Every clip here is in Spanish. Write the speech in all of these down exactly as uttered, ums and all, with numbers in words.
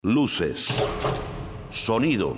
Luces, sonido.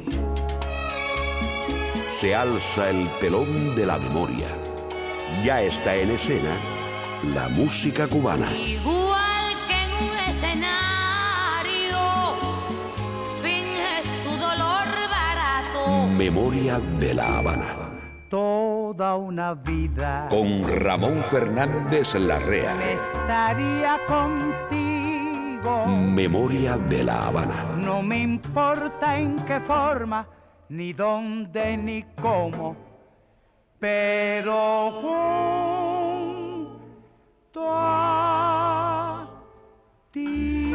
Se alza el telón de la memoria. Ya está en escena la música cubana. Igual que en un escenario, finges tu dolor barato. Memoria de La Habana. Toda una vida Con Ramón Fernández Larrea. me estaría contigo. Memoria de La Habana. No me importa en qué forma, ni dónde, ni cómo, pero junto a ti.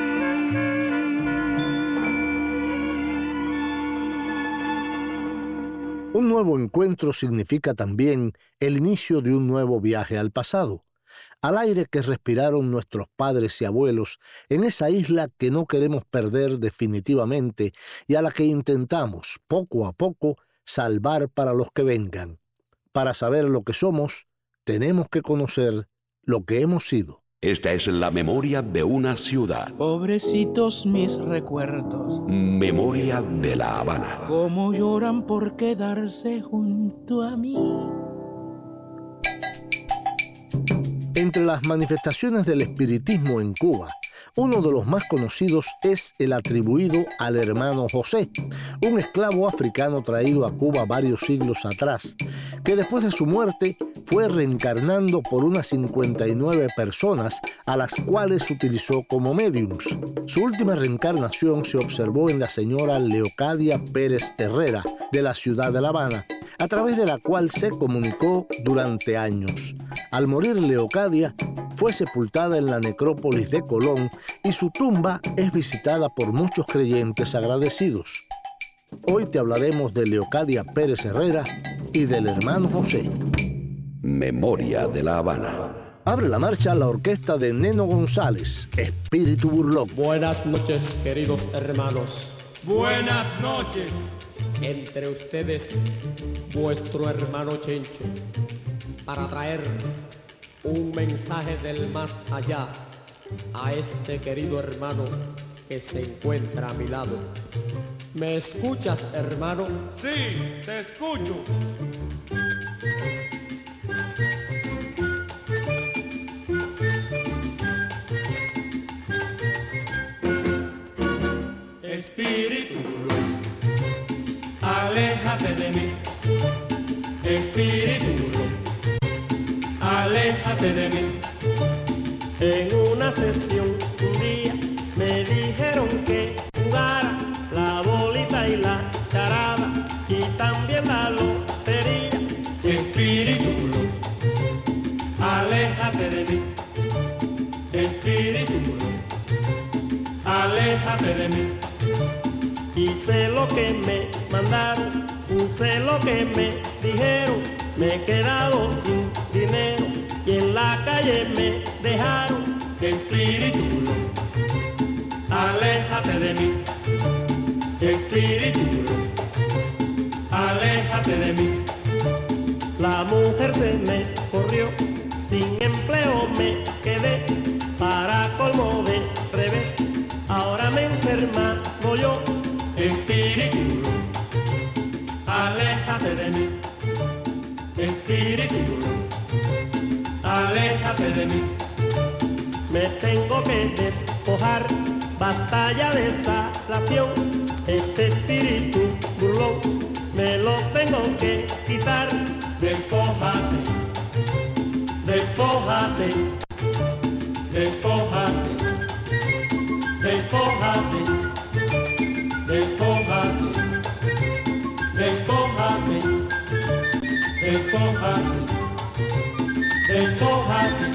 Un nuevo encuentro significa también el inicio de un nuevo viaje al pasado, al aire que respiraron nuestros padres y abuelos en esa isla que no queremos perder definitivamente y a la que intentamos, poco a poco, salvar para los que vengan. Para saber lo que somos, tenemos que conocer lo que hemos sido. Esta es la memoria de una ciudad. Pobrecitos mis recuerdos, Memoria de La Habana. cómo lloran por quedarse junto a mí. Entre las manifestaciones del espiritismo en Cuba, uno de los más conocidos es el atribuido al hermano José, un esclavo africano traído a Cuba varios siglos atrás, que después de su muerte fue reencarnando por unas cincuenta y nueve personas a las cuales utilizó como médiums. Su última reencarnación se observó en la señora Leocadia Pérez Herrera, de la ciudad de La Habana, a través de la cual se comunicó durante años. Al morir Leocadia, fue sepultada en la necrópolis de Colón y su tumba es visitada por muchos creyentes agradecidos. Hoy te hablaremos de Leocadia Pérez Herrera y del hermano José. Memoria de La Habana. Abre la marcha la orquesta de Neno González, Espíritu Burlón. Buenas noches, queridos hermanos. Buenas noches. Entre ustedes, vuestro hermano Chencho, para traer un mensaje del más allá a este querido hermano que se encuentra a mi lado. ¿Me escuchas, hermano? Sí, te escucho. Espíritu, aléjate de mí. Espíritu, aléjate de mí. En una sesión un día me dijeron que jugara la bolita y la charada y también la lotería. Espíritu, aléjate de mí. Espíritu, aléjate de mí. Hice lo que me mandaron, puse lo que me dijeron, me he quedado sin dinero y en la calle me dejaron. Espíritu, aléjate de mí. Espíritu, aléjate de mí. La mujer se me corrió, sin empleo me quedé, para colmo de revés, ahora me enferma yo. Espíritu, aléjate de mí. Espíritu, aléjate de mí. Me tengo que despojar, basta ya de esa relación. Este espíritu burlón me lo tengo que quitar. Despójate, despójate, despójate, despójate, despójate, despójate, despójate, despójate.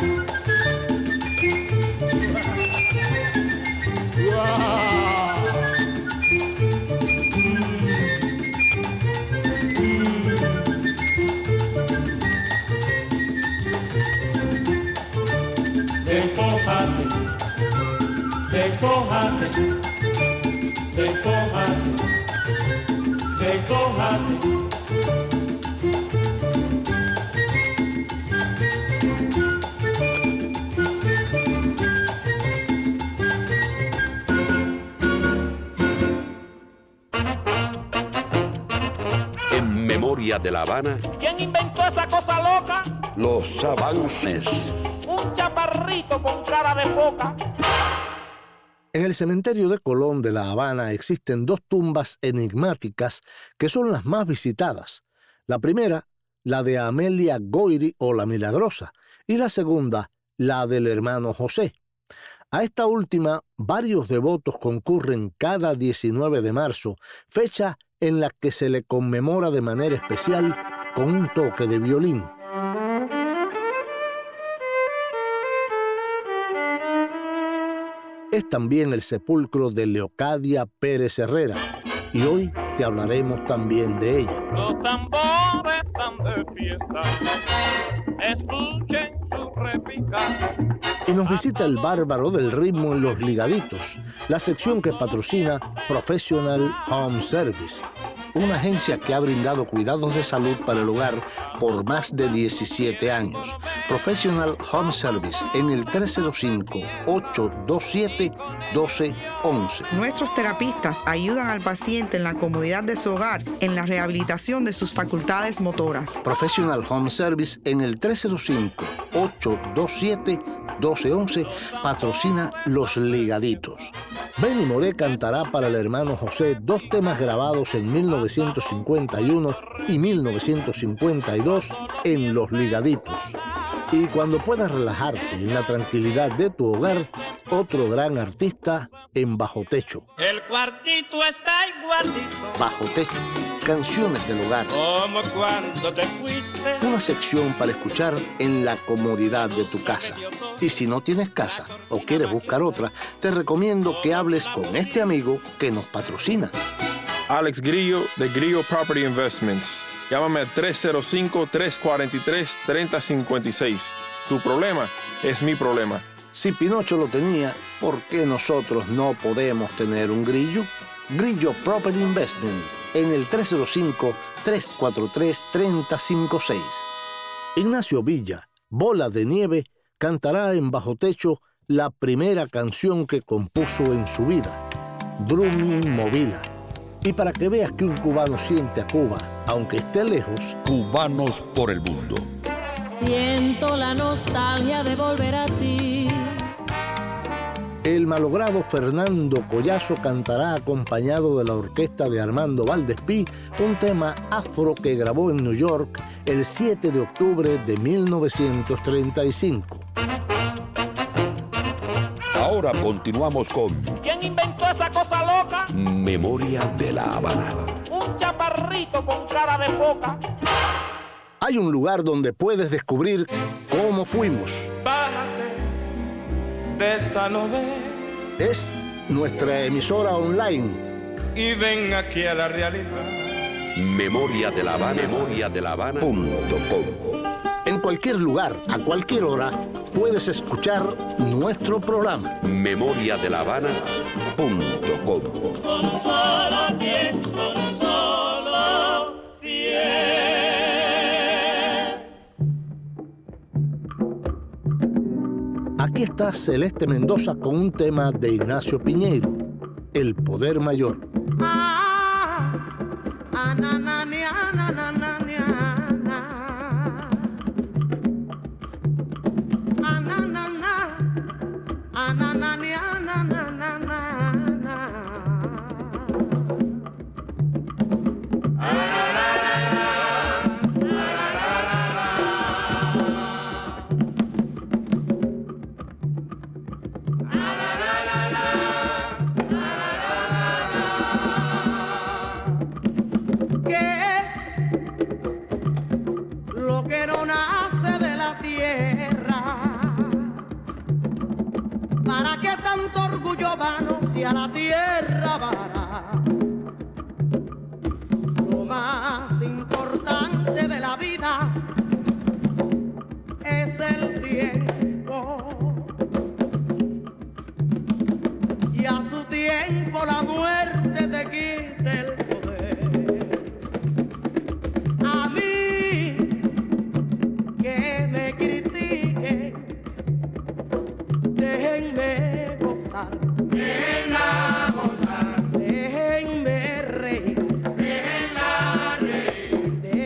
Despójate, despójate, despójate, despójate. Memoria de La Habana. ¿Quién inventó esa cosa loca? Los avances. Un chaparrito con cara de foca. En el cementerio de Colón de La Habana existen dos tumbas enigmáticas que son las más visitadas. La primera, la de Amelia Goiri o la Milagrosa, y la segunda, la del hermano José. A esta última, varios devotos concurren cada diecinueve de marzo, fecha en la que se le conmemora de manera especial con un toque de violín. Es también el sepulcro de Leocadia Pérez Herrera, y hoy te hablaremos también de ella. Los tambores están de fiesta, escuchen su repicar. Y nos visita el bárbaro del ritmo en Los Ligaditos, la sección que patrocina Professional Home Service, una agencia que ha brindado cuidados de salud para el hogar por más de diecisiete años. Professional Home Service en el tres cero cinco, ocho dos siete, uno dos uno uno. Nuestros terapistas ayudan al paciente en la comodidad de su hogar en la rehabilitación de sus facultades motoras. Professional Home Service en el tres cero cinco, ocho dos siete, uno dos uno uno patrocina Los Ligaditos. Benny Moré cantará para el hermano José dos temas grabados en mil novecientos cincuenta y uno y mil novecientos cincuenta y dos en Los Ligaditos. Y cuando puedas relajarte en la tranquilidad de tu hogar, otro gran artista en Bajo Techo. El cuartito está igualito. Bajo Techo, canciones del hogar. Como cuando te fuiste. Una sección para escuchar en la comodidad de tu casa. Y si no tienes casa o quieres buscar otra, te recomiendo que hables con este amigo que nos patrocina. Alex Grillo de Grillo Property Investments. Llámame al tres cero cinco, tres cuatro tres, tres cero cinco seis. Tu problema es mi problema. Si Pinocho lo tenía, ¿por qué nosotros no podemos tener un Grillo? Grillo Property Investment en el tres cero cinco, tres cuatro tres, tres cero cinco seis. Ignacio Villa, Bola de Nieve, cantará en Bajo Techo la primera canción que compuso en su vida, Drumming Movila. Y para que veas que un cubano siente a Cuba, aunque esté lejos, Cubanos por el mundo. Siento la nostalgia de volver a ti. el malogrado Fernando Collazo cantará acompañado de la orquesta de Armando Valdespí un tema afro que grabó en New York el siete de octubre de mil novecientos treinta y cinco. Ahora continuamos con ¿Quién inventó esa cosa loca? Memoria de La Habana. Un chaparrito con cara de foca. Hay un lugar donde puedes descubrir cómo fuimos. Bájate de esa novela Es nuestra emisora online. y ven aquí a la realidad. Memoria de La Habana. Memoria de La Habana. Punto com. En cualquier lugar, a cualquier hora, puedes escuchar nuestro programa. Memoria de La Habana. Punto com. Con solo pie, con solo pie. Aquí está Celeste Mendoza con un tema de Ignacio Piñeiro, El Poder Mayor. Ah, ah, na, na, nia, na, na, na, nia, na. Ah, na, na, na. Ah, na, na, nia, na, na, na, na, na. ¿Qué es lo que no nace de la tierra? ¿Para qué tanto orgullo vano si a la tierra vara? Lo más importante de la vida es el tiempo. Y a su tiempo la muerte te quita el poder. A mí que me critiquen, déjenme gozar, déjenla gozar, déjenme reír, déjenla reír,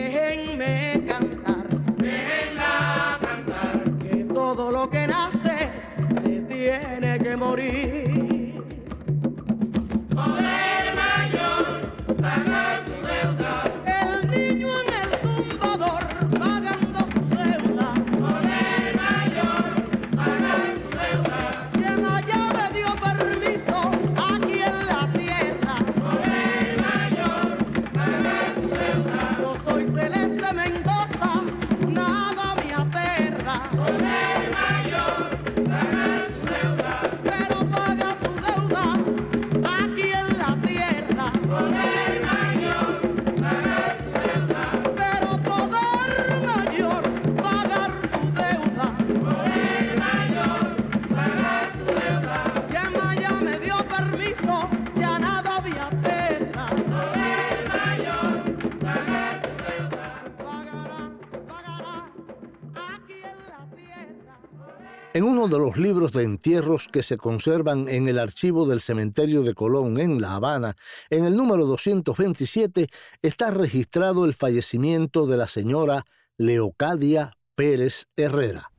Uno de los libros de entierros que se conservan en el archivo del cementerio de Colón en La Habana, en el número doscientos veintisiete, está registrado el fallecimiento de la señora Leocadia Pérez Herrera.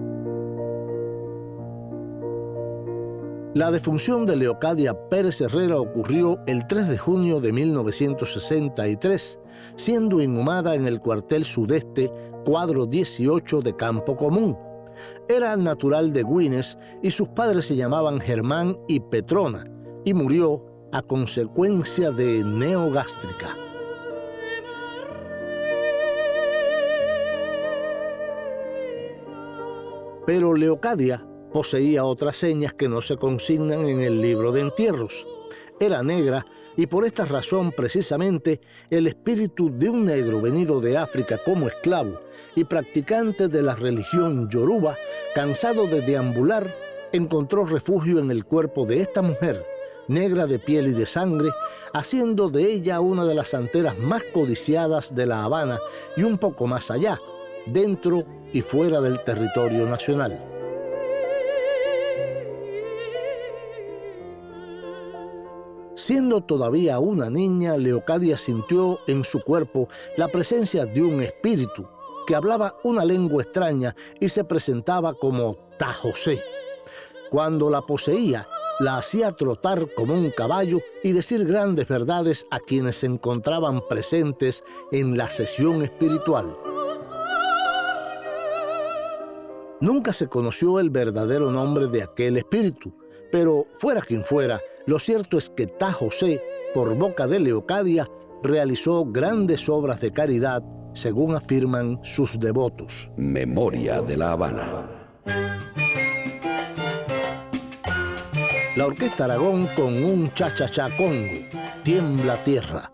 La defunción de Leocadia Pérez Herrera ocurrió el tres de junio de mil novecientos sesenta y tres, siendo inhumada en el cuartel sudeste, cuadro dieciocho de Campo Común. Era natural de Güines y sus padres se llamaban Germán y Petrona, y murió a consecuencia de neogástrica. Pero Leocadia poseía otras señas que no se consignan en el libro de entierros. Era negra y por esta razón precisamente el espíritu de un negro venido de África como esclavo y practicante de la religión yoruba, cansado de deambular, encontró refugio en el cuerpo de esta mujer, negra de piel y de sangre, haciendo de ella una de las santeras más codiciadas de La Habana y un poco más allá, dentro y fuera del territorio nacional. Siendo todavía una niña, Leocadia sintió en su cuerpo la presencia de un espíritu que hablaba una lengua extraña y se presentaba como Ta José. Cuando la poseía, la hacía trotar como un caballo y decir grandes verdades a quienes se encontraban presentes en la sesión espiritual. Nunca se conoció el verdadero nombre de aquel espíritu, pero fuera quien fuera, lo cierto es que Ta José, por boca de Leocadia, realizó grandes obras de caridad, según afirman sus devotos. Memoria de La Habana. La Orquesta Aragón con un cha-cha-cha congo, Tiembla Tierra.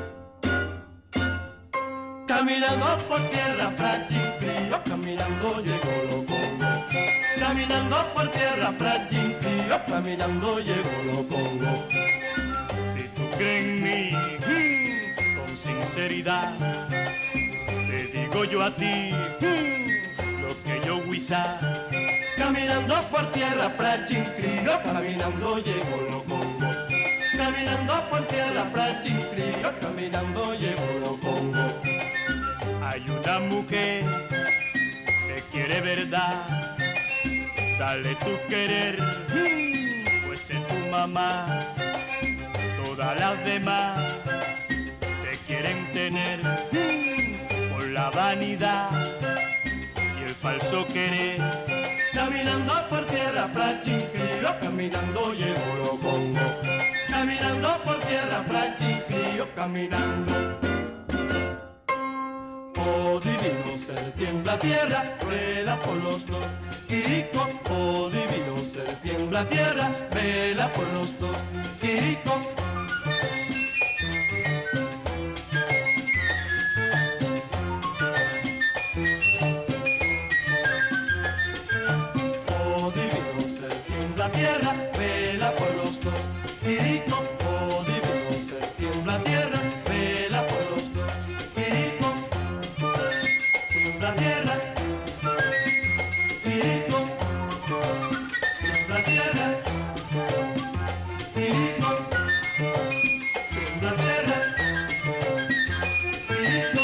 Caminando por tierra, Prachincrío, caminando llegó lo Congo. Caminando por tierra, Prachincrío, caminando llegó lo Congo. Si tú crees en mí, hmm, con sinceridad, te digo yo a ti hmm, lo que yo guisa. Caminando por tierra, Prachincrío, caminando llegó lo Congo. Caminando por tierra, Prachincrío, caminando llegó lo Congo. Hay una mujer que quiere verdad, dale tu querer, pues es tu mamá. Todas las demás te quieren tener por la vanidad y el falso querer. Caminando por tierra, Prachincrío, caminando llegó lo Congo. Caminando por tierra, Prachincrío, caminando. Oh divino ser, tiembla tierra, vela por los dos. Quirico, oh divino ser, tiembla tierra, vela por los dos. Quirico. Oh divino ser, tiembla tierra, vela por los dos. Quirico, oh divino ser, tiembla tierra, vela por los dos. Quirico. La tierra, Quirico, la tierra, Quirico, la tierra, Quirico.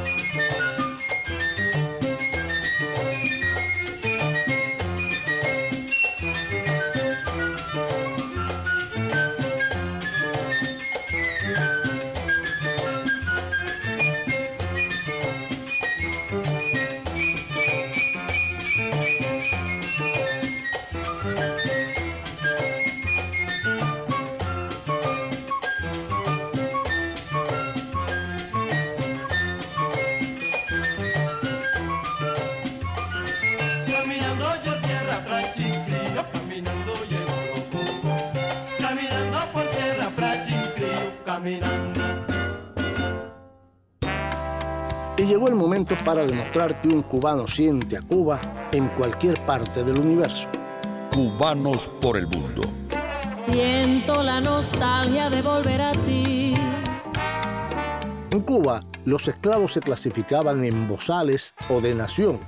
Y llegó el momento para demostrar que un cubano siente a Cuba en cualquier parte del universo. Cubanos por el mundo. Siento la nostalgia de volver a ti. En Cuba, los esclavos se clasificaban en bozales o de nación,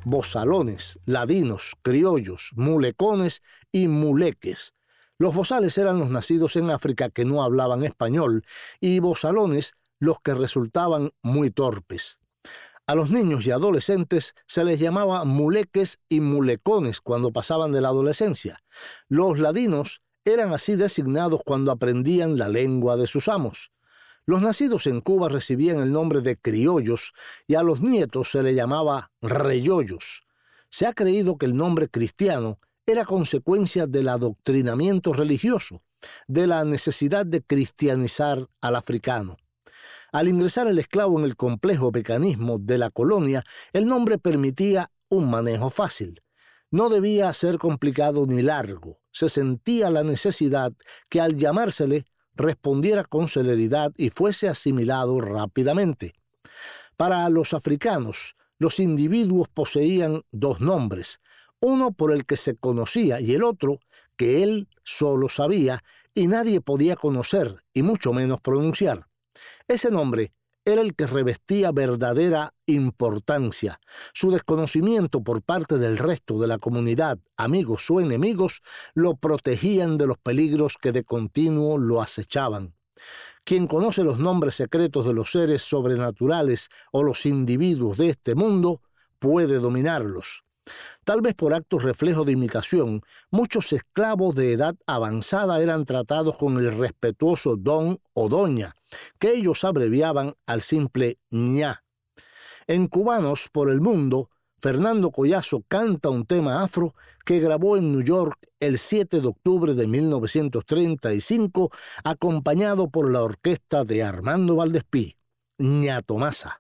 bozalones, ladinos, criollos, mulecones y muleques. Los bozales eran los nacidos en África que no hablaban español y bozalones los que resultaban muy torpes. A los niños y adolescentes se les llamaba muleques y mulecones cuando pasaban de la adolescencia. Los ladinos eran así designados cuando aprendían la lengua de sus amos. Los nacidos en Cuba recibían el nombre de criollos y a los nietos se les llamaba reyollos. Se ha creído que el nombre cristiano era consecuencia del adoctrinamiento religioso, de la necesidad de cristianizar al africano. Al ingresar el esclavo en el complejo mecanismo de la colonia, el nombre permitía un manejo fácil. No debía ser complicado ni largo. Se sentía la necesidad que al llamársele respondiera con celeridad y fuese asimilado rápidamente. Para los africanos, los individuos poseían dos nombres, uno por el que se conocía y el otro que él solo sabía y nadie podía conocer y mucho menos pronunciar. Ese nombre era el que revestía verdadera importancia. Su desconocimiento por parte del resto de la comunidad, amigos o enemigos, lo protegían de los peligros que de continuo lo acechaban. Quien conoce los nombres secretos de los seres sobrenaturales o los individuos de este mundo puede dominarlos. Tal vez por actos reflejo de imitación, muchos esclavos de edad avanzada eran tratados con el respetuoso don o doña, que ellos abreviaban al simple ña. En Cubanos por el Mundo, Fernando Collazo canta un tema afro que grabó en New York el siete de octubre de mil novecientos treinta y cinco, acompañado por la orquesta de Armando Valdespí, Ña Tomasa.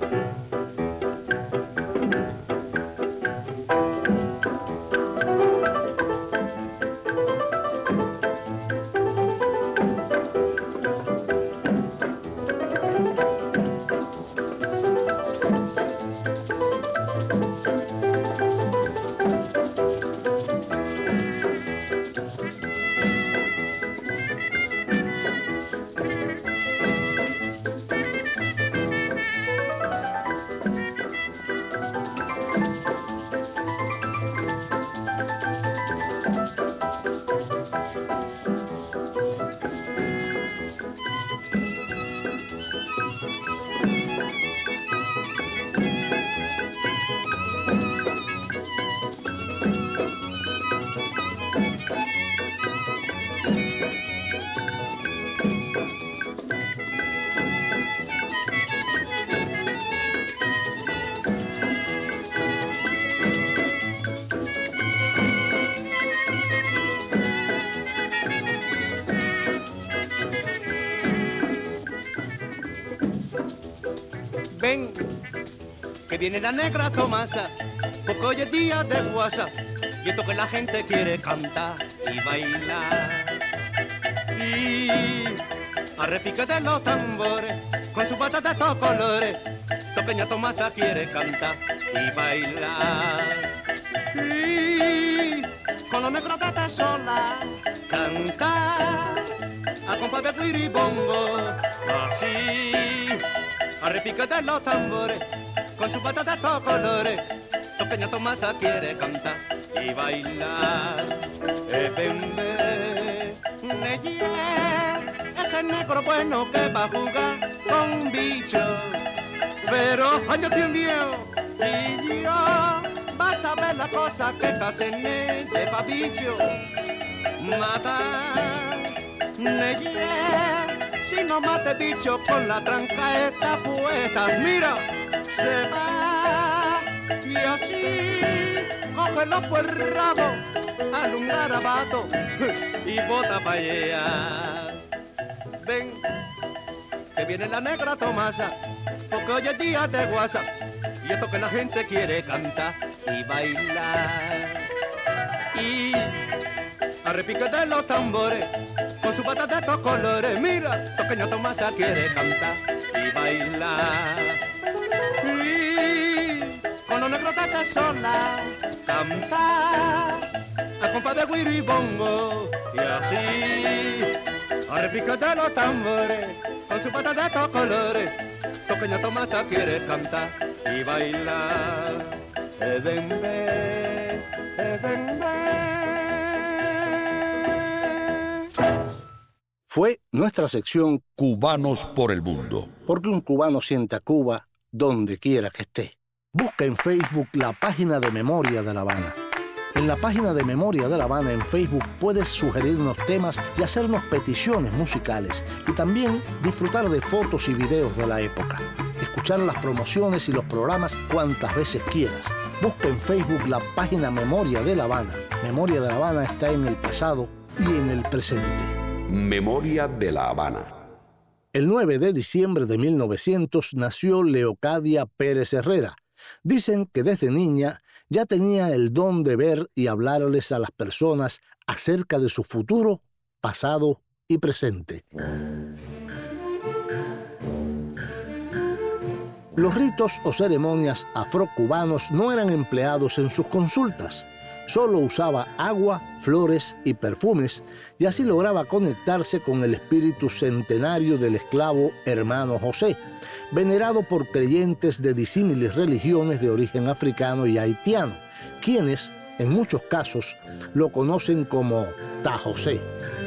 Ven, que viene la negra Tomasa, porque hoy es día de guasa, y esto que la gente quiere cantar y bailar. Y a repique de los tambores, con su bata de estos colores, Toqueña Tomasa quiere cantar y bailar. Y con los negros de Tesola, cantar, a compás de guiribongo, así. A repique de los tambores, con su bata de estos colores, Toqueña Tomasa quiere cantar y bailar. Eh, ven, ven, ese negro bueno que va a jugar con bichos, pero año tiene viejo y yo vas a ver la cosa que cacené de papicho. Matar, neye, si no mate bicho con la tranca esta puesta, mira, se va y así cógelo por el rabo al un garabato y bota pa' allá. Ven, que viene la negra Tomasa, porque hoy es día de guasa, y esto que la gente quiere cantar y bailar. Y a repique de los tambores, con su bata de estos colores, mira, Toqueña Tomasa quiere cantar y bailar. Y con los negros de Tesola, cantar, a compás de guiribongo, y así, a repique de los tambores, con su bata de estos colores, Toqueña Tomasa quiere cantar y bailar. se vende, se vende. Fue nuestra sección Cubanos por el Mundo. Porque un cubano siente a Cuba donde quiera que esté. Busca en Facebook la página de Memoria de La Habana. En la página de Memoria de La Habana en Facebook puedes sugerirnos temas y hacernos peticiones musicales y también disfrutar de fotos y videos de la época. Escuchar las promociones y los programas cuantas veces quieras. Busca en Facebook la página Memoria de La Habana. Memoria de La Habana está en el pasado y en el presente. Memoria de La Habana. El nueve de diciembre de mil novecientos nació Leocadia Pérez Herrera. Dicen que desde niña ya tenía el don de ver y hablarles a las personas acerca de su futuro, pasado y presente. Los ritos o ceremonias afrocubanos no eran empleados en sus consultas. Solo usaba agua, flores y perfumes, y así lograba conectarse con el espíritu centenario del esclavo hermano José, venerado por creyentes de disímiles religiones de origen africano y haitiano, quienes, en muchos casos, lo conocen como Ta José.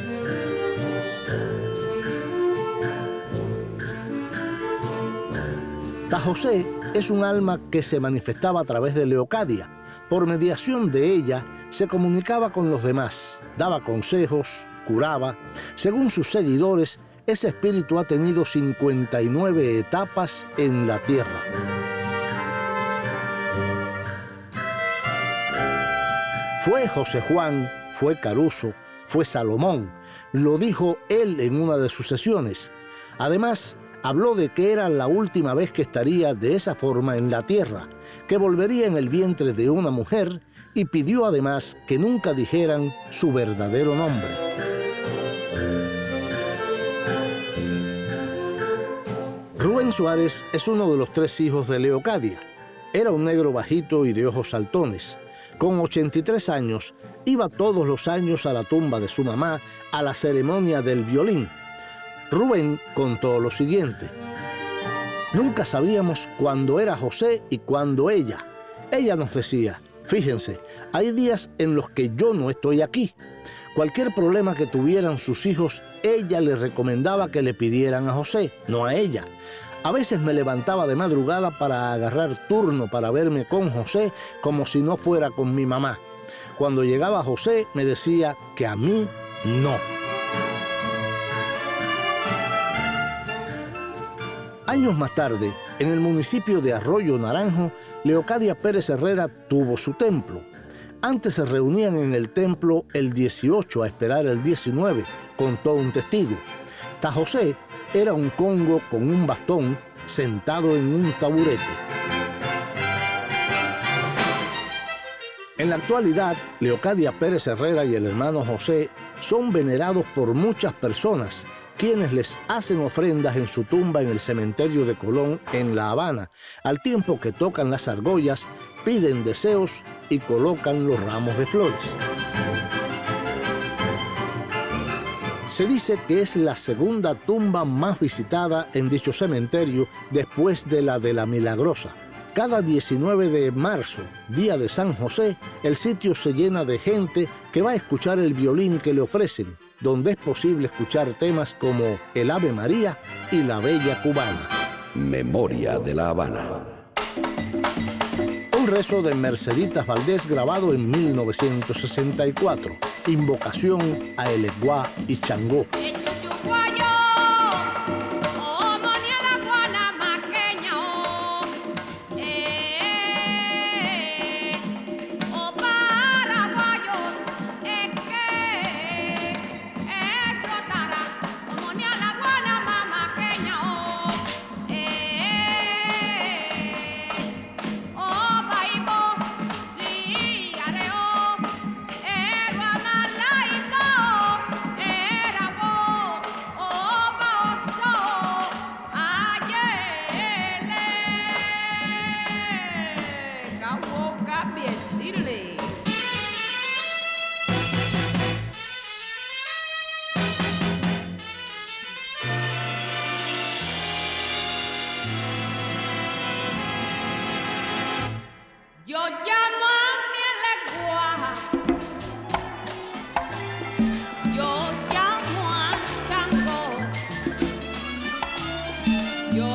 Ta José es un alma que se manifestaba a través de Leocadia. Por mediación de ella, se comunicaba con los demás, daba consejos, curaba. Según sus seguidores, ese espíritu ha tenido cincuenta y nueve etapas en la tierra. Fue José Juan, fue Caruso, fue Salomón. Lo dijo él en una de sus sesiones. Además, habló de que era la última vez que estaría de esa forma en la tierra, que volvería en el vientre de una mujer, y pidió además que nunca dijeran su verdadero nombre. Rubén Suárez es uno de los tres hijos de Leocadia. Era un negro bajito y de ojos saltones. Con ochenta y tres años, iba todos los años a la tumba de su mamá a la ceremonia del violín. Rubén contó lo siguiente: nunca sabíamos cuándo era José y cuándo ella. Ella nos decía, fíjense, hay días en los que yo no estoy aquí. Cualquier problema que tuvieran sus hijos, ella les recomendaba que le pidieran a José, no a ella. A veces me levantaba de madrugada para agarrar turno para verme con José como si no fuera con mi mamá. Cuando llegaba José me decía que a mí no. Años más tarde, en el municipio de Arroyo Naranjo, Leocadia Pérez Herrera tuvo su templo. Antes se reunían en el templo el dieciocho a esperar el diecinueve, contó un testigo. Ta José era un congo con un bastón sentado en un taburete. En la actualidad, Leocadia Pérez Herrera y el hermano José son venerados por muchas personas, quienes les hacen ofrendas en su tumba en el cementerio de Colón, en La Habana, al tiempo que tocan las argollas, piden deseos y colocan los ramos de flores. Se dice que es la segunda tumba más visitada en dicho cementerio después de la de la Milagrosa. Cada diecinueve de marzo, día de San José, el sitio se llena de gente que va a escuchar el violín que le ofrecen, donde es posible escuchar temas como el Ave María y la Bella Cubana. Memoria de La Habana. Un rezo de Merceditas Valdés grabado en mil novecientos sesenta y cuatro. Invocación a Eleguá y Changó.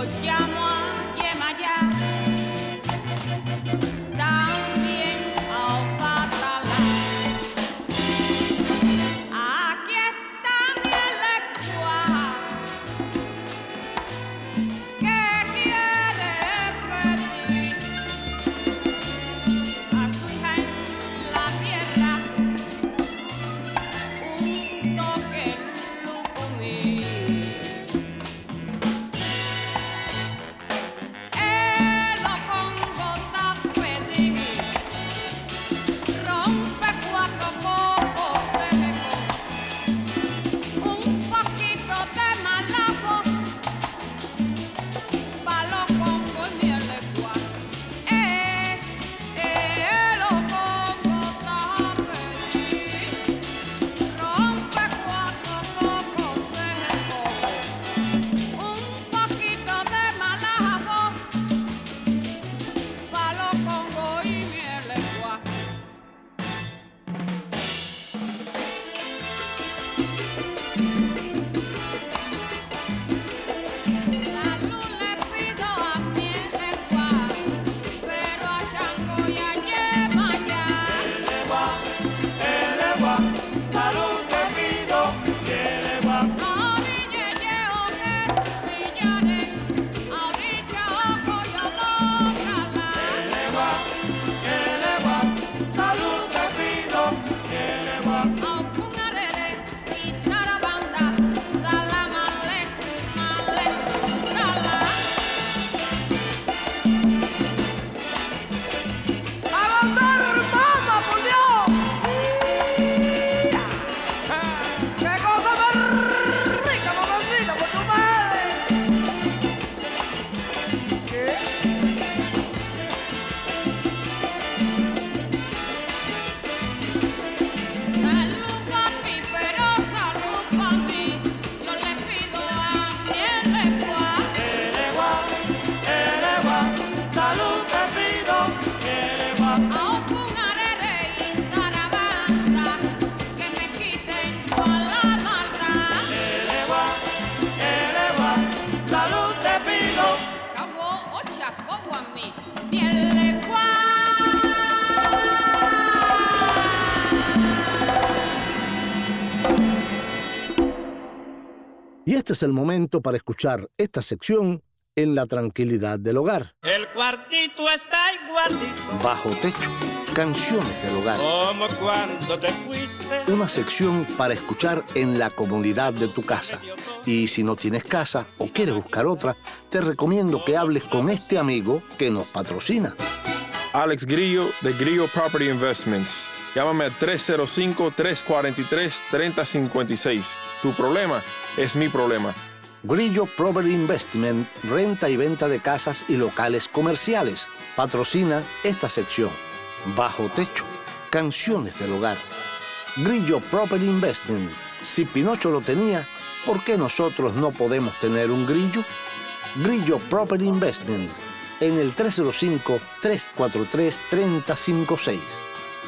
llamo a Yemayá, también a Ocatalá. Aquí está mi Elecua, que quiere pedir a su hija en la tierra un toque lucuní. Y este es el momento para escuchar esta sección en la tranquilidad del hogar. El cuartito está igualito. Bajo techo, canciones del hogar. Como cuando te fuiste. Una sección para escuchar en la comodidad de tu casa. Y si no tienes casa o quieres buscar otra, te recomiendo que hables con este amigo que nos patrocina. Alex Grillo, de Grillo Property Investments. Llámame al tres cero cinco, tres cuatro tres, tres cero cinco seis. Tu problema es mi problema. Grillo Property Investment, renta y venta de casas y locales comerciales. Patrocina esta sección. Bajo techo, canciones del hogar. Grillo Property Investment. Si Pinocho lo tenía, ¿por qué nosotros no podemos tener un grillo? Grillo Property Investment, en el tres cero cinco, tres cuatro tres, tres cero cinco seis.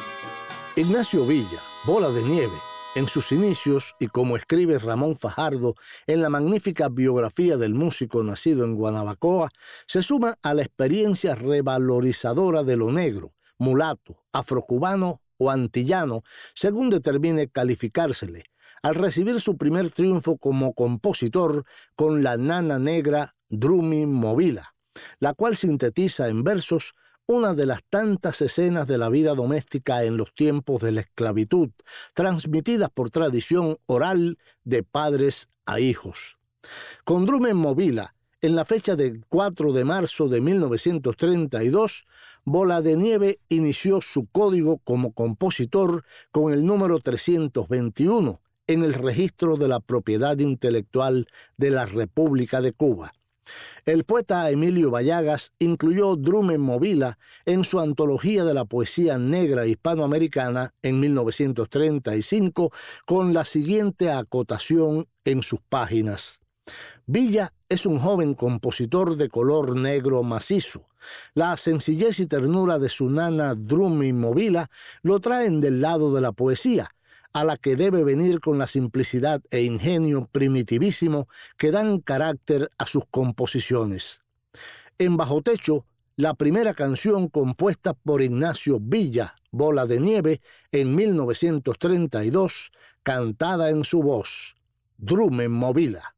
Ignacio Villa, Bola de Nieve, en sus inicios y como escribe Ramón Fajardo en la magnífica biografía del músico nacido en Guanabacoa, se suma a la experiencia revalorizadora de lo negro, mulato, afrocubano o antillano, según determine calificársele, al recibir su primer triunfo como compositor con la nana negra Drumi Movila, la cual sintetiza en versos una de las tantas escenas de la vida doméstica en los tiempos de la esclavitud, transmitidas por tradición oral de padres a hijos. Con Drumi Movila, en la fecha del cuatro de marzo de mil novecientos treinta y dos, Bola de Nieve inició su código como compositor con el número trescientos veintiuno en el registro de la propiedad intelectual de la República de Cuba. El poeta Emilio Vallagas incluyó Drumi Movila en su antología de la poesía negra hispanoamericana en mil novecientos treinta y cinco con la siguiente acotación en sus páginas. Villa es un joven compositor de color negro macizo. La sencillez y ternura de su nana Drumi Movila lo traen del lado de la poesía, a la que debe venir con la simplicidad e ingenio primitivísimo que dan carácter a sus composiciones. En Bajo Techo, la primera canción compuesta por Ignacio Villa, Bola de Nieve, en mil novecientos treinta y dos, cantada en su voz, Drumen Movila.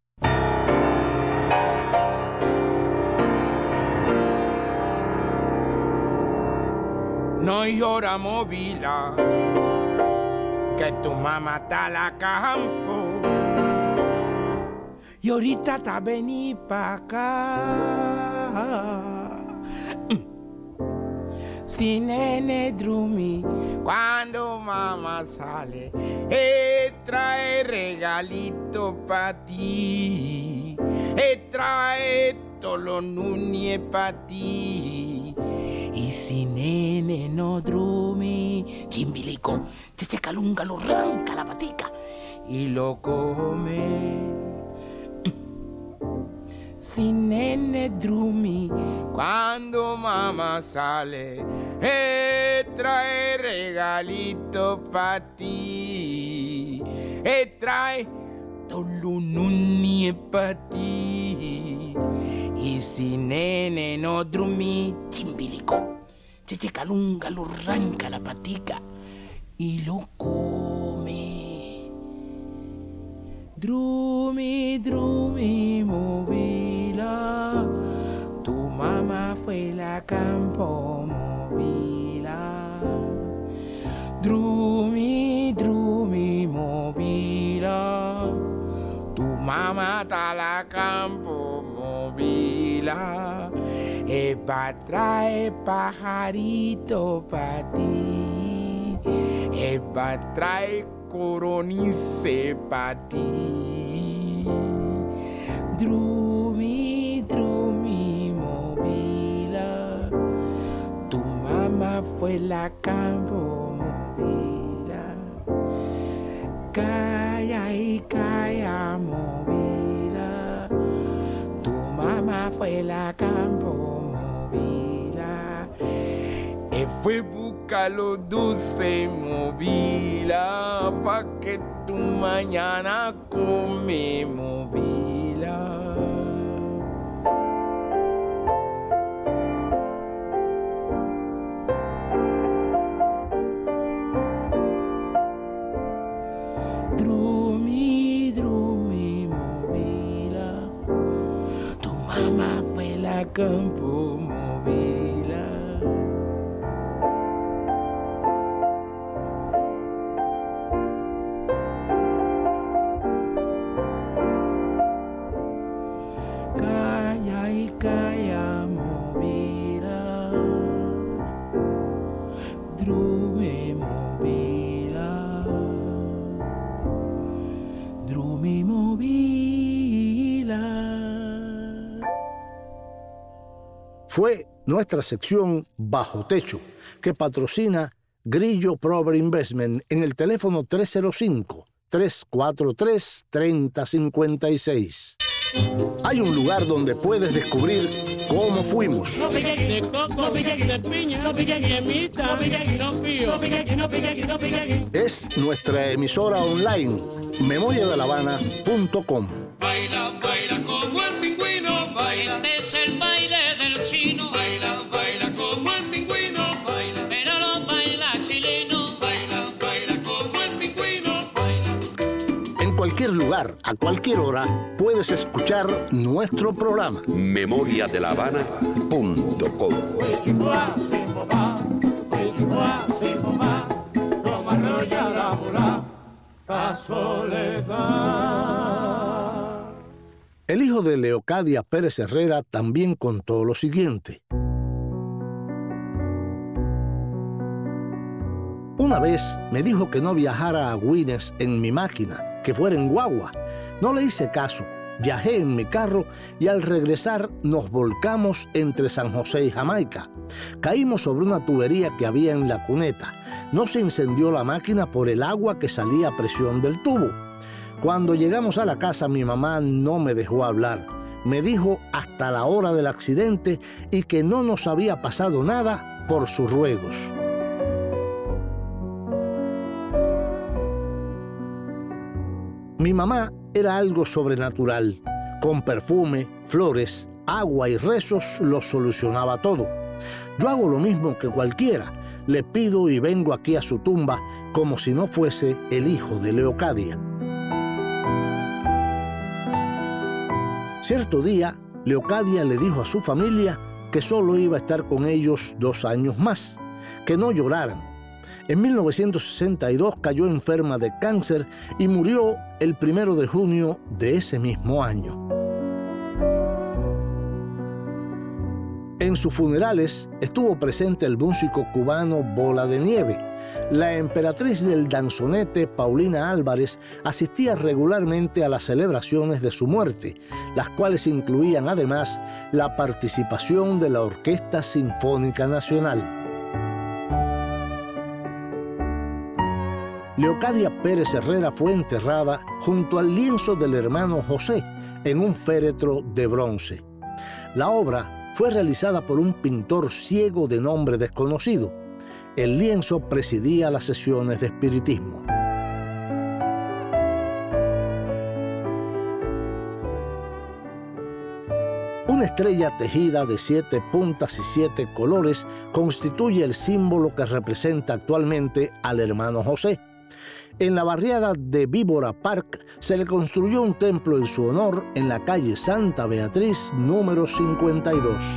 No llora Movila, que tu mamá está a la campo y ahorita está vení pa' acá. Si nene Drumi, cuando mamá sale, eh, trae regalito pa' ti, eh, trae tolo nunie pa' ti. Y si nene no Drumi, chimbilico, chechecalunga lo arranca la patica y lo come. Si nene Drumi, cuando mamá sale, eh, trae regalito pa' ti, eh, trae tolununie pa' ti. Y si nene no Drumi, chimbilico, chechecalunga lo arranca la patica y lo come. Drumi, Drumi, Movila, tu mamá fue la campo Movila. Drumi, Drumi, Movila, tu mamá está la campo Movila. Epa trae pajarito pa' ti, epa trae coronice pa' ti. Drumi, Drumi, Movila, tu mamá fue la campo Movila. Calla y calla Movila, tu mamá fue la campo Movila. E fue buscar lo dulce Movila, pa' que tu mañana come Movila. Drumi, Drumi, Movila, tu mamá fue la campo Movila. Calla y calla Movila, Drumi Movila, Drumi Movila. Fue nuestra sección Bajo Techo, que patrocina Grillo Prover Investment en el teléfono tres cero cinco, tres cuatro tres, tres cero cinco seis. Hay un lugar donde puedes descubrir cómo fuimos. Es nuestra emisora online, memoria de la habana punto com. Baila, baila como el pingüino, baila. Este es el baile del chino. Baila, baila como el pingüino, baila. Pero lo baila chileno. Baila, baila como el pingüino, baila. En cualquier lugar, a cualquier hora, puedes escuchar nuestro programa. memoria de la habana punto com. El hijo de Leocadia Pérez Herrera también contó lo siguiente. Una vez me dijo que no viajara a Güines en mi máquina, que fuera en guagua. No le hice caso. Viajé en mi carro y al regresar nos volcamos entre San José y Jamaica. Caímos sobre una tubería que había en la cuneta. No se incendió la máquina por el agua que salía a presión del tubo. Cuando llegamos a la casa, mi mamá no me dejó hablar. Me dijo hasta la hora del accidente y que no nos había pasado nada por sus ruegos. Mi mamá era algo sobrenatural. Con perfume, flores, agua y rezos lo solucionaba todo. Yo hago lo mismo que cualquiera. Le pido y vengo aquí a su tumba como si no fuese el hijo de Leocadia. Cierto día, Leocadia le dijo a su familia que solo iba a estar con ellos dos años más, que no lloraran. En mil novecientos sesenta y dos cayó enferma de cáncer y murió el primero de junio de ese mismo año. En sus funerales estuvo presente el músico cubano Bola de Nieve. La emperatriz del danzonete, Paulina Álvarez, asistía regularmente a las celebraciones de su muerte, las cuales incluían además la participación de la Orquesta Sinfónica Nacional. Leocadia Pérez Herrera fue enterrada junto al lienzo del hermano José en un féretro de bronce. La obra fue realizada por un pintor ciego de nombre desconocido. El lienzo presidía las sesiones de espiritismo. Una estrella tejida de siete puntas y siete colores constituye el símbolo que representa actualmente al hermano José. En la barriada de Víbora Park se le construyó un templo en su honor en la calle Santa Beatriz, número cincuenta y dos.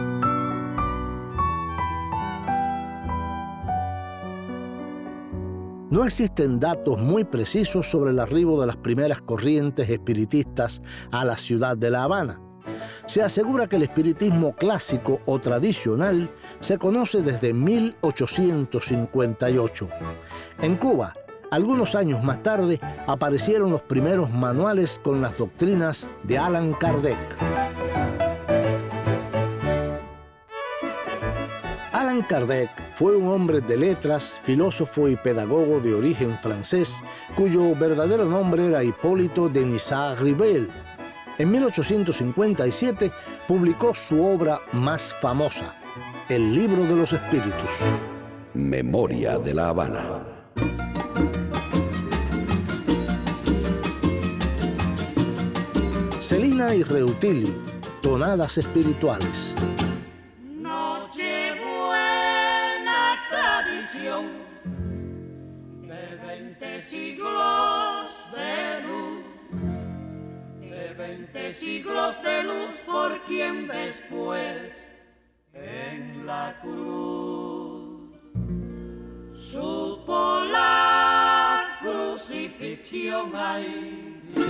No existen datos muy precisos sobre el arribo de las primeras corrientes espiritistas a la ciudad de La Habana. Se asegura que el espiritismo clásico o tradicional se conoce desde mil ochocientos cincuenta y ocho. En Cuba, algunos años más tarde, aparecieron los primeros manuales con las doctrinas de Allan Kardec. Allan Kardec fue un hombre de letras, filósofo y pedagogo de origen francés, cuyo verdadero nombre era Hipólito Denisard-Ribel. En mil ochocientos cincuenta y siete publicó su obra más famosa, El Libro de los Espíritus. Memoria de La Habana. Celina y Reutili, tonadas espirituales. Nochebuena tradición de veinte siglos de luz, de veinte siglos de luz por quien después en la cruz supo la crucifixión ahí.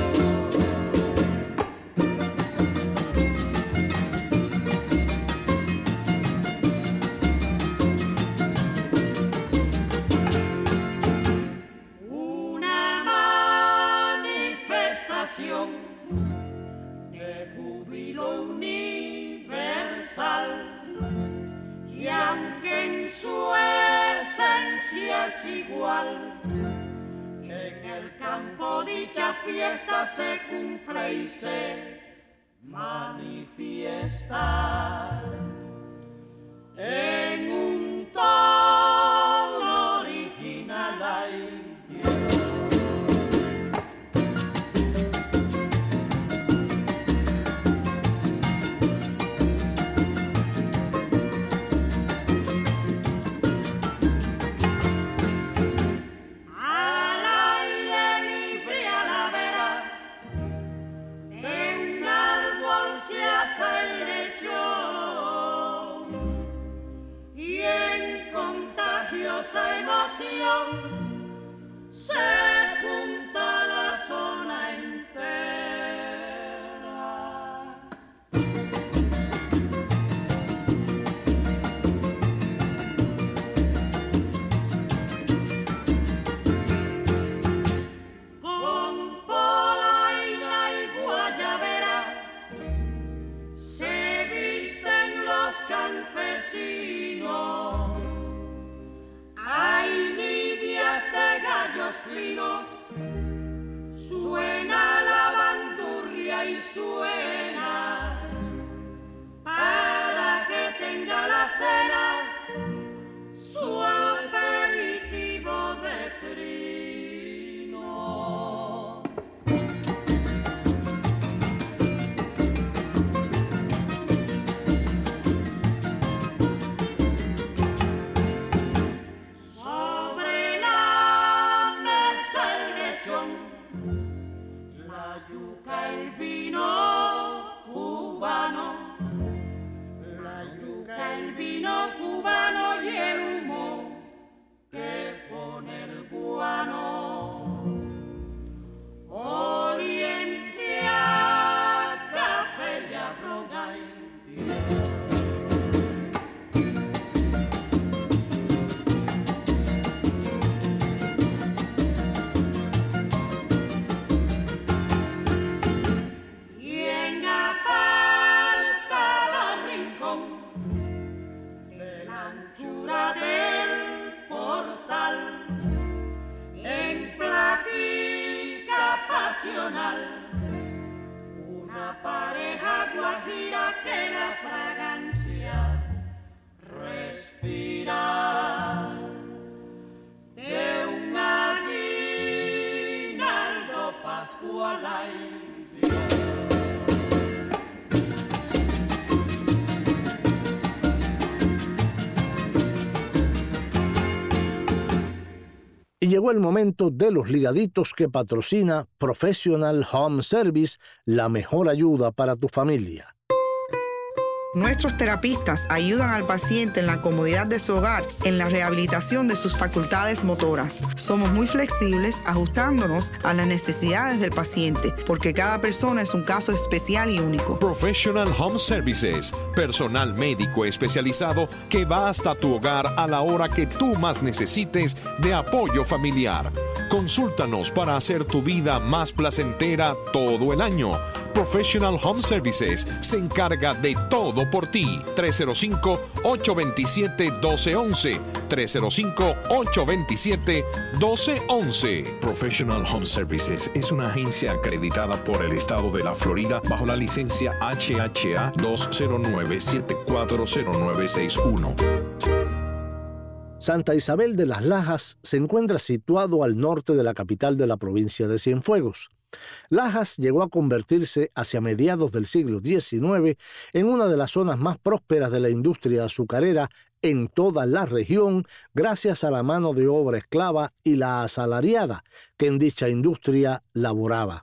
De júbilo universal, y aunque en su esencia es igual, en el campo dicha fiesta se cumple y se manifiesta en un tono original. Ay, contagiosa emoción se junta la zona entera. Con polaina y guayabera se visten los campesinos. Hay lidias de gallos finos guajira que la fragancia respira de un aguinaldo pascual. Ay, y llegó el momento de los ligaditos que patrocina Professional Home Service, la mejor ayuda para tu familia. Nuestros terapistas ayudan al paciente en la comodidad de su hogar, en la rehabilitación de sus facultades motoras. Somos muy flexibles, ajustándonos a las necesidades del paciente, porque cada persona es un caso especial y único. Professional Home Services, personal médico especializado que va hasta tu hogar a la hora que tú más necesites de apoyo familiar. Consúltanos para hacer tu vida más placentera todo el año. Professional Home Services se encarga de todo por ti. tres cero cinco, ocho dos siete, uno dos uno uno. tres cero cinco, ocho dos siete, uno dos uno uno. Professional Home Services es una agencia acreditada por el estado de la Florida bajo la licencia H H A dos cero nueve, siete cuatro cero nueve seis uno. Santa Isabel de las Lajas se encuentra situado al norte de la capital de la provincia de Cienfuegos. Lajas llegó a convertirse hacia mediados del siglo diecinueve en una de las zonas más prósperas de la industria azucarera en toda la región, gracias a la mano de obra esclava y la asalariada que en dicha industria laboraba.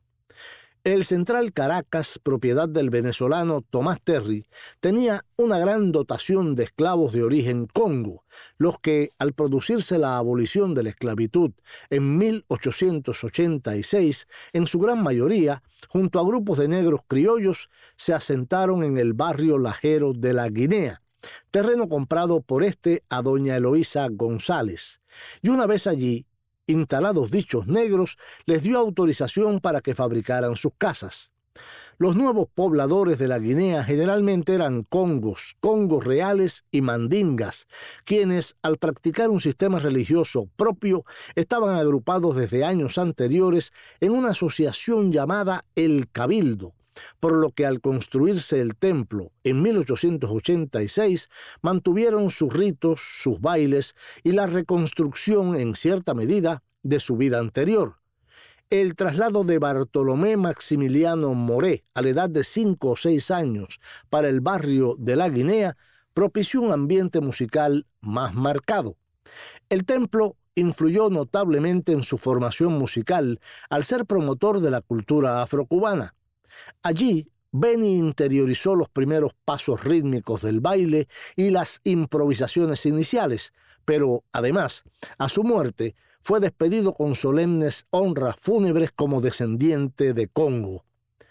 El Central Caracas, propiedad del venezolano Tomás Terry, tenía una gran dotación de esclavos de origen congo, los que, al producirse la abolición de la esclavitud en mil ochocientos ochenta y seis, en su gran mayoría, junto a grupos de negros criollos, se asentaron en el barrio lajero de La Guinea, terreno comprado por este a doña Eloísa González, y una vez allí, instalados dichos negros, les dio autorización para que fabricaran sus casas. Los nuevos pobladores de la Guinea generalmente eran congos, congos reales y mandingas, quienes, al practicar un sistema religioso propio, estaban agrupados desde años anteriores en una asociación llamada El Cabildo, por lo que al construirse el templo en mil ochocientos ochenta y seis mantuvieron sus ritos, sus bailes y la reconstrucción en cierta medida de su vida anterior. El traslado de Bartolomé Maximiliano Moré a la edad de cinco o seis años para el barrio de La Guinea propició un ambiente musical más marcado. El templo influyó notablemente en su formación musical al ser promotor de la cultura afrocubana. Allí, Benny interiorizó los primeros pasos rítmicos del baile y las improvisaciones iniciales, pero, además, a su muerte, fue despedido con solemnes honras fúnebres como descendiente de Congo.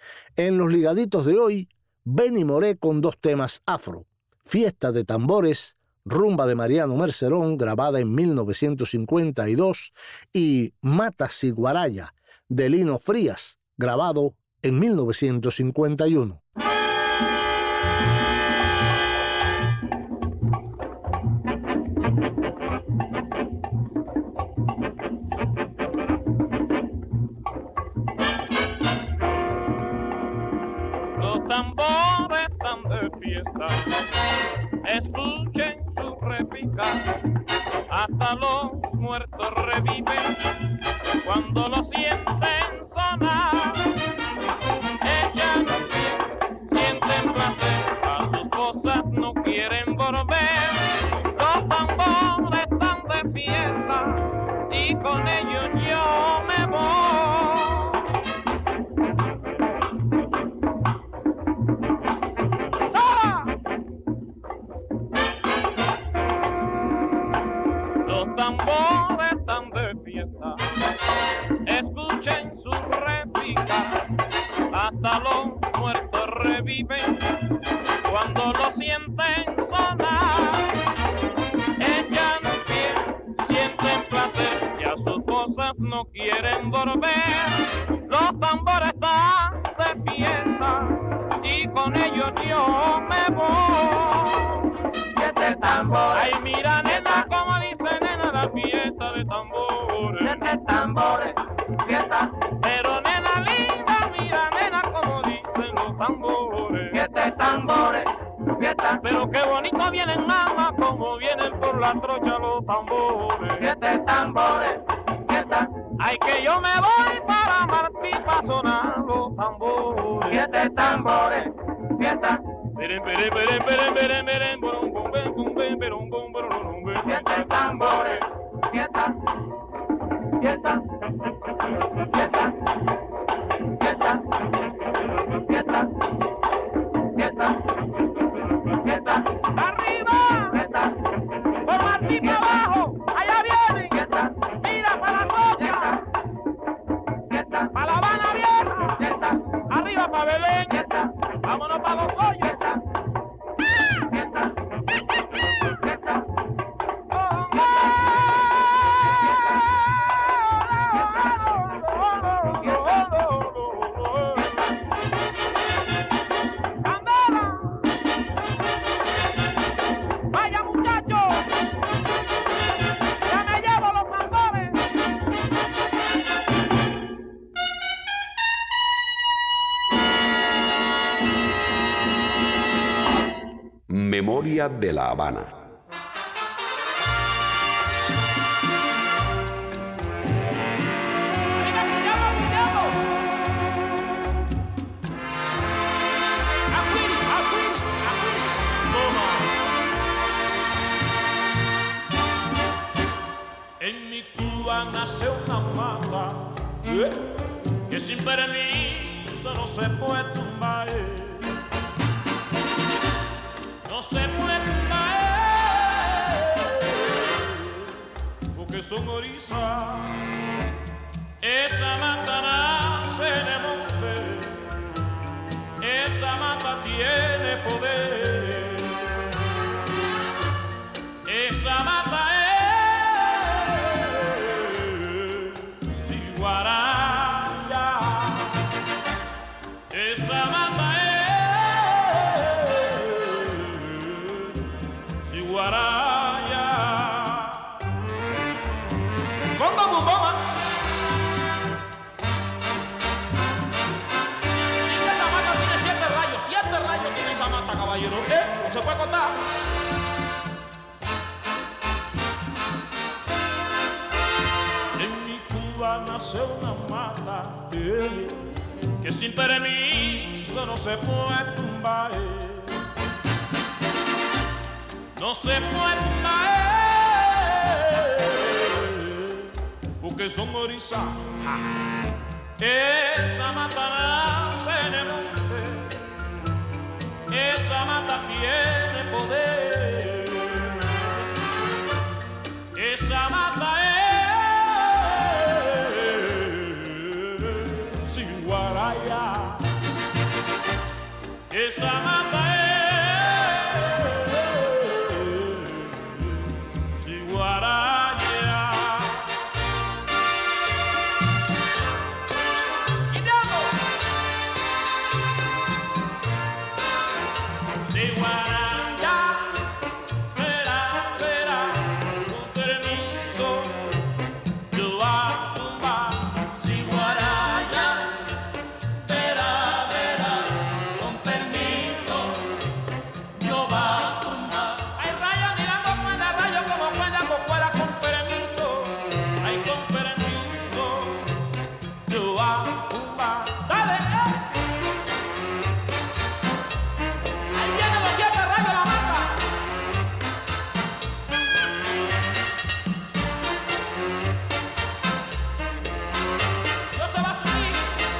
En los ligaditos de hoy, Benny Moré con dos temas afro: Fiesta de Tambores, Rumba de Mariano Mercerón, grabada en mil novecientos cincuenta y dos, y Mata Ciguaraya, de Lino Frías, grabado en mil novecientos cincuenta y uno. Los tambores están de fiesta, escuchen su repicar, hasta los muertos reviven cuando lo sienten sonar. Ellas sienten placer, a sus cosas no quieren volver. Los tambores están de fiesta y con ellos yo me voy. ¡Sola! Los tambores están de fiesta, escuchen su réplica, hasta los muertos reviven cuando lo sienten sonar. Ellas sienten placer y a sus cosas no quieren volver. Los tambores están de fiesta y con ellos yo me voy. Y este tambor, ay mira nena, como dice nena, la fiesta de tambores. Y este tambores, fiesta, pero nena linda, mira nena, como dicen los tambores. tambores. Fiesta de tambores, fiesta. Pero qué bonito vienen mamá, como vienen por la trocha los tambores. Fiesta de tambores, fiesta. Ay, que yo me voy para Martí para sonar los tambores. Fiesta de tambores, fiesta. Peren, peren, peren, peren, peren, peren, bum, bum, bum, bum, bum, bum, bum, bum, bum. Fiesta de tambores, fiesta. Fiesta, fiesta, fiesta, fiesta, fiesta, fiesta. ¡Arriba! Fiesta. ¡Por Martí para abajo! ¡Allá vienen! Fiesta. ¡Mira para la trocha! Fiesta. ¡Para La Habana Vieja! Fiesta. ¡Arriba para Belén! Fiesta. ¡Vámonos para Los Hoyos! Fiesta. Fiesta. Fiesta. ¡Vaya muchachos! ¡Ya me llevo los tambores! Memoria de La Habana. En mi Cuba nace una mata ¿eh? que sin permiso no se puede tumbar, eh. no se puede tumbar, eh, porque son orizas. Esa mata nace en el monte, esa mata tiene poder, esa mata es Guaraya, esa mata es Guaraya. Congo Bumboma. Esa mata tiene siete rayos, siete rayos tiene esa mata, caballero. ¿Eh? No se puede contar. Nace una mata eh, que sin permiso no se puede tumbar, eh. no se puede tumbar, eh, porque son orizas. Esa mata nace en el monte, esa mata tiene poder, esa mata es esa mata es Guaraya. Si Guaraya, verá, verá, con permiso, yo voy a tumbar. Si Guaraya, verá, verá, con permiso, yo voy a tumbar. Hay rayos tirando cuerda, rayos como cuerda por fuera, con permiso. Hay con permiso, yo voy a tumbar. Dale, eh. Ahí vienen los siete rayos de la mata. No se va a subir.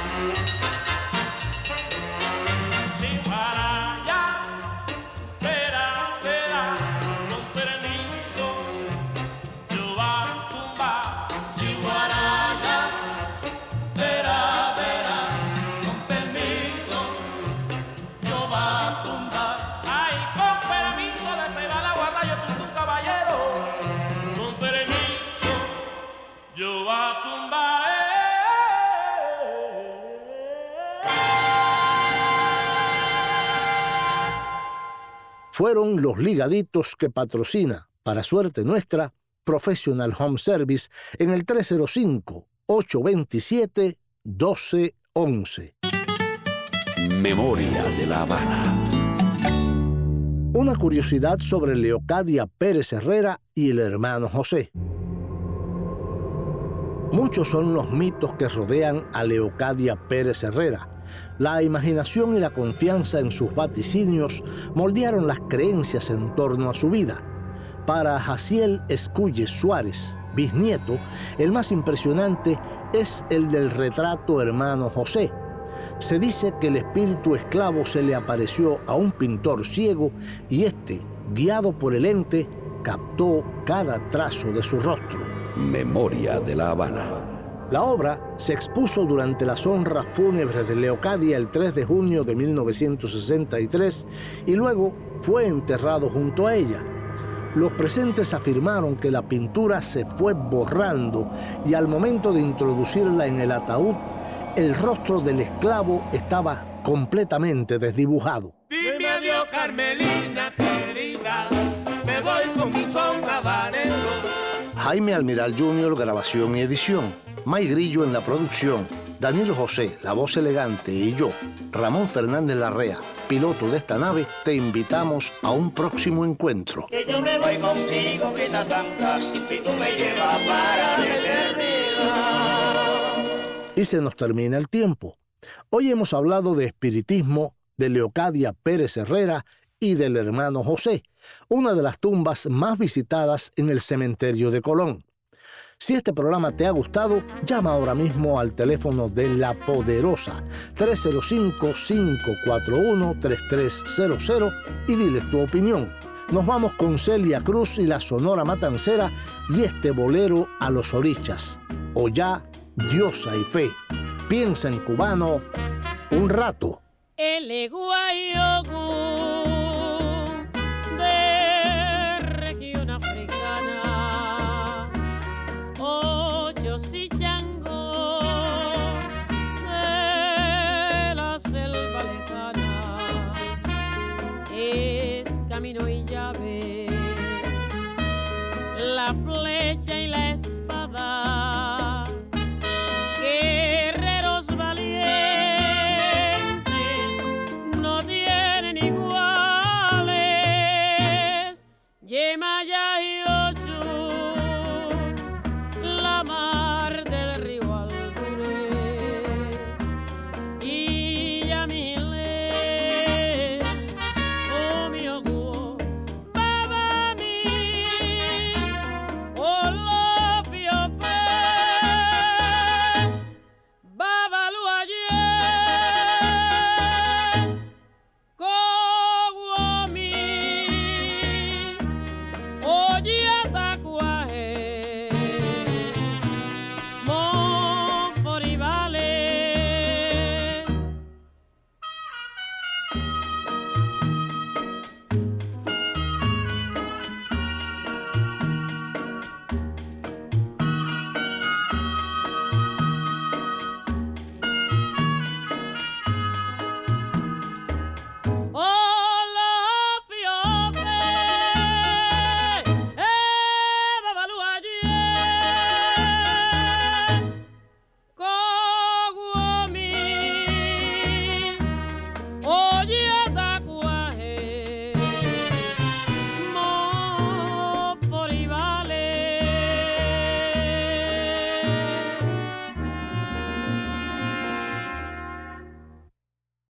Si Guaraya, verá, verá, con permiso, yo voy a tumbar. Si Guaraya, verá, verá, con permiso, yo voy a tumbar. Ay, con permiso de Ceiba la Guarda, yo tumbo un caballero. Con permiso, yo voy a tumbar. Fueron los ligaditos que patrocina, para suerte nuestra, Professional Home Service en el tres cero cinco, ocho dos siete, uno dos uno uno. Memoria de La Habana. Una curiosidad sobre Leocadia Pérez Herrera y el hermano José. Muchos son los mitos que rodean a Leocadia Pérez Herrera. La imaginación y la confianza en sus vaticinios moldearon las creencias en torno a su vida. Para Jaciel Esculle Suárez, bisnieto, el más impresionante es el del retrato hermano José. Se dice que el espíritu esclavo se le apareció a un pintor ciego y este, guiado por el ente, captó cada trazo de su rostro. Memoria de La Habana. La obra se expuso durante las honras fúnebres de Leocadia el tres de junio de mil novecientos sesenta y tres y luego fue enterrado junto a ella. Los presentes afirmaron que la pintura se fue borrando y al momento de introducirla en el ataúd, el rostro del esclavo estaba completamente desdibujado. Dime adiós, Carmelina querida, me voy con mi son habanero. Jaime Almiral junior, grabación y edición. May Grillo en la producción. Danilo José, la voz elegante, y yo, Ramón Fernández Larrea, piloto de esta nave, te invitamos a un próximo encuentro. Que yo me voy contigo, Grita Santa, y tú me llevas para la eternidad. Y se nos termina el tiempo. Hoy hemos hablado de espiritismo, de Leocadia Pérez Herrera y del hermano José, una de las tumbas más visitadas en el cementerio de Colón. Si este programa te ha gustado, llama ahora mismo al teléfono de La Poderosa tres cero cinco, cinco cuatro uno, tres tres cero cero y diles tu opinión. Nos vamos con Celia Cruz y la Sonora Matancera y este bolero a los orichas. Ollá, diosa y fe. Piensa en cubano un rato. El guayogu de región africana, ocho y chango de la selva lejana, es camino y llave, la flecha y la espada